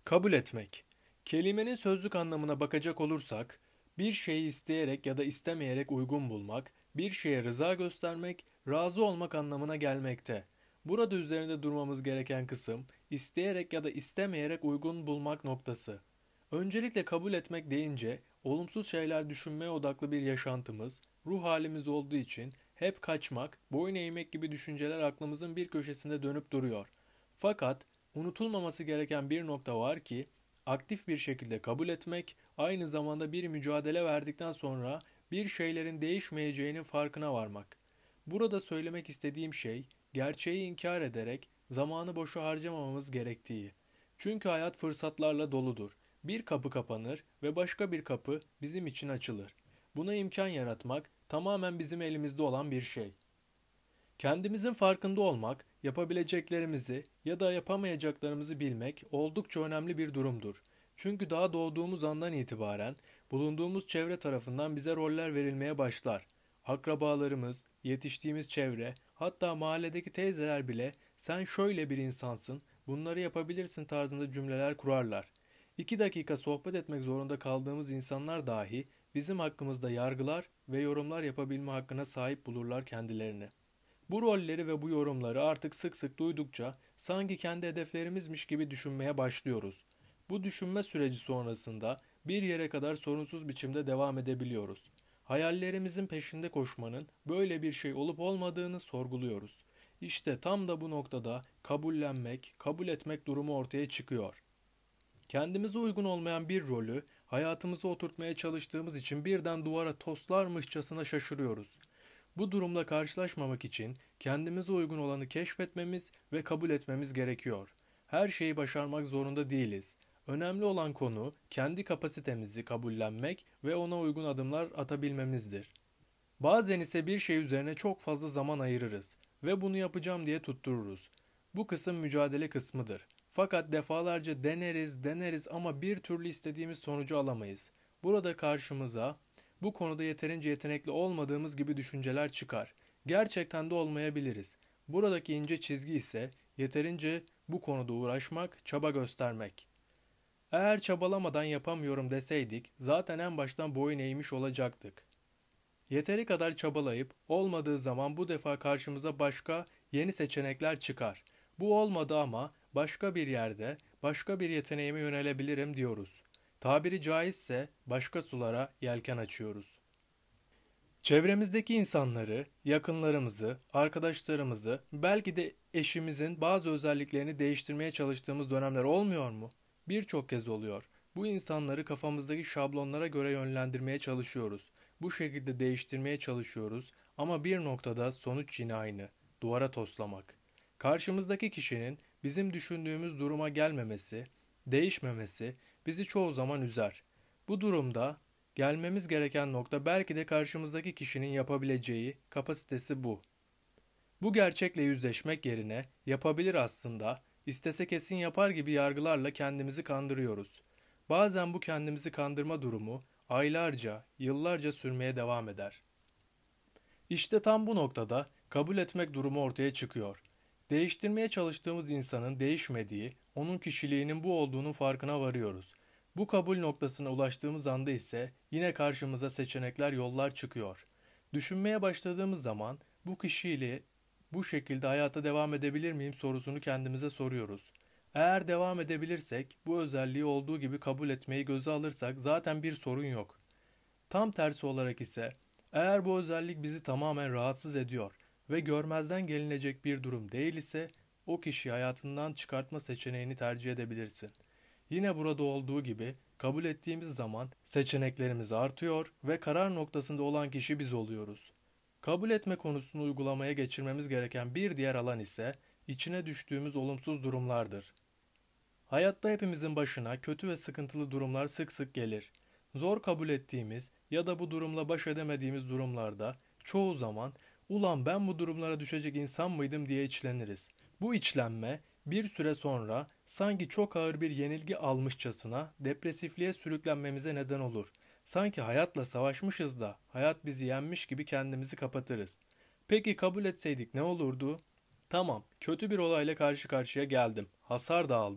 Kabul etmek. Kelimenin sözlük anlamına bakacak olursak, bir şeyi isteyerek ya da istemeyerek uygun bulmak, bir şeye rıza göstermek, razı olmak anlamına gelmekte. Burada üzerinde durmamız gereken kısım, isteyerek ya da istemeyerek uygun bulmak noktası. Öncelikle kabul etmek deyince, olumsuz şeyler düşünmeye odaklı bir yaşantımız, ruh halimiz olduğu için hep kaçmak, boyun eğmek gibi düşünceler aklımızın bir köşesinde dönüp duruyor. Fakat unutulmaması gereken bir nokta var ki, aktif bir şekilde kabul etmek, aynı zamanda bir mücadele verdikten sonra bir şeylerin değişmeyeceğinin farkına varmak. Burada söylemek istediğim şey, gerçeği inkar ederek zamanı boşa harcamamamız gerektiği. Çünkü hayat fırsatlarla doludur. Bir kapı kapanır ve başka bir kapı bizim için açılır. Buna imkan yaratmak tamamen bizim elimizde olan bir şey. Kendimizin farkında olmak, yapabileceklerimizi ya da yapamayacaklarımızı bilmek oldukça önemli bir durumdur. Çünkü daha doğduğumuz andan itibaren bulunduğumuz çevre tarafından bize roller verilmeye başlar. Akrabalarımız, yetiştiğimiz çevre, hatta mahalledeki teyzeler bile sen şöyle bir insansın, bunları yapabilirsin tarzında cümleler kurarlar. 2 dakika sohbet etmek zorunda kaldığımız insanlar dahi bizim hakkımızda yargılar ve yorumlar yapabilme hakkına sahip bulurlar kendilerini. Bu rolleri ve bu yorumları artık sık sık duydukça sanki kendi hedeflerimizmiş gibi düşünmeye başlıyoruz. Bu düşünme süreci sonrasında bir yere kadar sorunsuz biçimde devam edebiliyoruz. Hayallerimizin peşinde koşmanın böyle bir şey olup olmadığını sorguluyoruz. İşte tam da bu noktada kabullenmek, kabul etmek durumu ortaya çıkıyor. Kendimize uygun olmayan bir rolü hayatımıza oturtmaya çalıştığımız için birden duvara toslarmışçasına şaşırıyoruz. Bu durumla karşılaşmamak için kendimize uygun olanı keşfetmemiz ve kabul etmemiz gerekiyor. Her şeyi başarmak zorunda değiliz. Önemli olan konu kendi kapasitemizi kabullenmek ve ona uygun adımlar atabilmemizdir. Bazen ise bir şey üzerine çok fazla zaman ayırırız ve bunu yapacağım diye tuttururuz. Bu kısım mücadele kısmıdır. Fakat defalarca deneriz ama bir türlü istediğimiz sonucu alamayız. Burada karşımıza bu konuda yeterince yetenekli olmadığımız gibi düşünceler çıkar. Gerçekten de olmayabiliriz. Buradaki ince çizgi ise yeterince bu konuda uğraşmak, çaba göstermek. Eğer çabalamadan yapamıyorum deseydik zaten en baştan boyun eğmiş olacaktık. Yeteri kadar çabalayıp olmadığı zaman bu defa karşımıza başka yeni seçenekler çıkar. Bu olmadı ama başka bir yerde başka bir yeteneğime yönelebilirim diyoruz. Tabiri caizse başka sulara yelken açıyoruz. Çevremizdeki insanları, yakınlarımızı, arkadaşlarımızı, belki de eşimizin bazı özelliklerini değiştirmeye çalıştığımız dönemler olmuyor mu? Birçok kez oluyor. Bu insanları kafamızdaki şablonlara göre yönlendirmeye çalışıyoruz. Bu şekilde değiştirmeye çalışıyoruz ama bir noktada sonuç yine aynı. Duvara toslamak. Karşımızdaki kişinin bizim düşündüğümüz duruma gelmemesi, değişmemesi bizi çoğu zaman üzer. Bu durumda gelmemiz gereken nokta belki de karşımızdaki kişinin yapabileceği kapasitesi bu. Bu gerçekle yüzleşmek yerine yapabilir aslında, istese kesin yapar gibi yargılarla kendimizi kandırıyoruz. Bazen bu kendimizi kandırma durumu aylarca, yıllarca sürmeye devam eder. İşte tam bu noktada kabul etmek durumu ortaya çıkıyor. Değiştirmeye çalıştığımız insanın değişmediği, onun kişiliğinin bu olduğunun farkına varıyoruz. Bu kabul noktasına ulaştığımız anda ise yine karşımıza seçenekler, yollar çıkıyor. Düşünmeye başladığımız zaman bu kişiyle bu şekilde hayata devam edebilir miyim sorusunu kendimize soruyoruz. Eğer devam edebilirsek, bu özelliği olduğu gibi kabul etmeyi göze alırsak zaten bir sorun yok. Tam tersi olarak ise eğer bu özellik bizi tamamen rahatsız ediyor ve görmezden gelinecek bir durum değil ise o kişiyi hayatından çıkartma seçeneğini tercih edebilirsin. Yine burada olduğu gibi kabul ettiğimiz zaman seçeneklerimiz artıyor ve karar noktasında olan kişi biz oluyoruz. Kabul etme konusunu uygulamaya geçirmemiz gereken bir diğer alan ise içine düştüğümüz olumsuz durumlardır. Hayatta hepimizin başına kötü ve sıkıntılı durumlar sık sık gelir. Zor kabul ettiğimiz ya da bu durumla baş edemediğimiz durumlarda çoğu zaman "Ulan ben bu durumlara düşecek insan mıydım?" diye içleniriz. Bu içlenme bir süre sonra sanki çok ağır bir yenilgi almışçasına depresifliğe sürüklenmemize neden olur. Sanki hayatla savaşmışız da hayat bizi yenmiş gibi kendimizi kapatırız. Peki kabul etseydik ne olurdu? Tamam, kötü bir olayla karşı karşıya geldim. Hasar da aldım.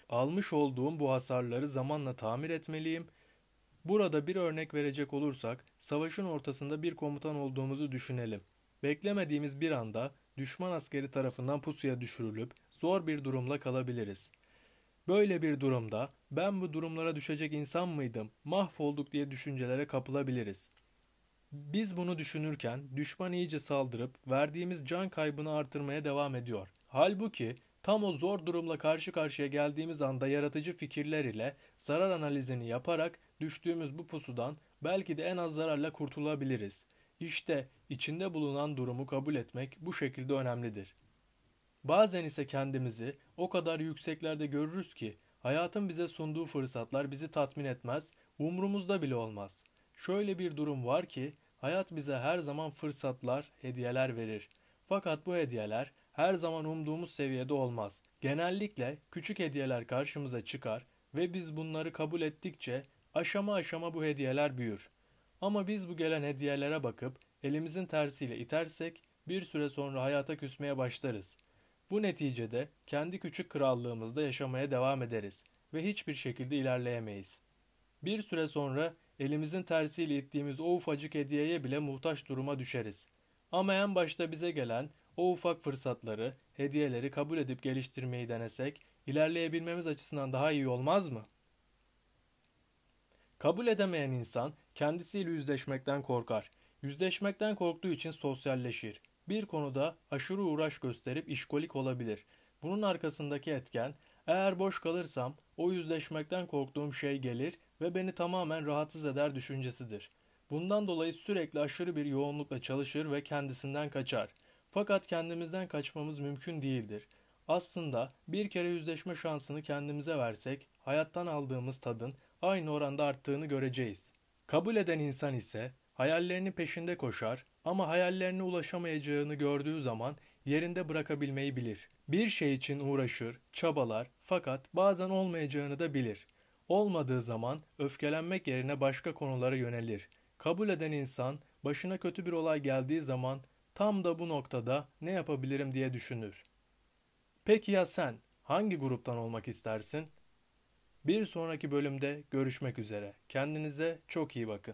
almış olduğum bu hasarları zamanla tamir etmeliyim. Burada bir örnek verecek olursak, savaşın ortasında bir komutan olduğumuzu düşünelim. Beklemediğimiz bir anda düşman askeri tarafından pusuya düşürülüp zor bir durumla kalabiliriz. Böyle bir durumda ben bu durumlara düşecek insan mıydım, mahvolduk diye düşüncelere kapılabiliriz. Biz bunu düşünürken düşman iyice saldırıp verdiğimiz can kaybını artırmaya devam ediyor. Halbuki tam o zor durumla karşı karşıya geldiğimiz anda yaratıcı fikirler ile zarar analizini yaparak düştüğümüz bu pusudan belki de en az zararla kurtulabiliriz. İşte içinde bulunan durumu kabul etmek bu şekilde önemlidir. Bazen ise kendimizi o kadar yükseklerde görürüz ki hayatın bize sunduğu fırsatlar bizi tatmin etmez, umrumuzda bile olmaz. Şöyle bir durum var ki hayat bize her zaman fırsatlar, hediyeler verir. Fakat bu hediyeler her zaman umduğumuz seviyede olmaz. Genellikle küçük hediyeler karşımıza çıkar ve biz bunları kabul ettikçe aşama aşama bu hediyeler büyür. Ama biz bu gelen hediyelere bakıp elimizin tersiyle itersek bir süre sonra hayata küsmeye başlarız. Bu neticede kendi küçük krallığımızda yaşamaya devam ederiz ve hiçbir şekilde ilerleyemeyiz. Bir süre sonra elimizin tersiyle ittiğimiz o ufacık hediyeye bile muhtaç duruma düşeriz. Ama en başta bize gelen o ufak fırsatları, hediyeleri kabul edip geliştirmeyi denesek, ilerleyebilmemiz açısından daha iyi olmaz mı? Kabul edemeyen insan kendisiyle yüzleşmekten korkar. Yüzleşmekten korktuğu için sosyalleşir. Bir konuda aşırı uğraş gösterip işkolik olabilir. Bunun arkasındaki etken, eğer boş kalırsam o yüzleşmekten korktuğum şey gelir ve beni tamamen rahatsız eder düşüncesidir. Bundan dolayı sürekli aşırı bir yoğunlukla çalışır ve kendisinden kaçar. Fakat kendimizden kaçmamız mümkün değildir. Aslında bir kere yüzleşme şansını kendimize versek, hayattan aldığımız tadın aynı oranda arttığını göreceğiz. Kabul eden insan ise hayallerinin peşinde koşar ama hayallerine ulaşamayacağını gördüğü zaman yerinde bırakabilmeyi bilir. Bir şey için uğraşır, çabalar fakat bazen olmayacağını da bilir. Olmadığı zaman öfkelenmek yerine başka konulara yönelir. Kabul eden insan başına kötü bir olay geldiği zaman tam da bu noktada ne yapabilirim diye düşünür. Peki ya sen hangi gruptan olmak istersin? Bir sonraki bölümde görüşmek üzere. Kendinize çok iyi bakın.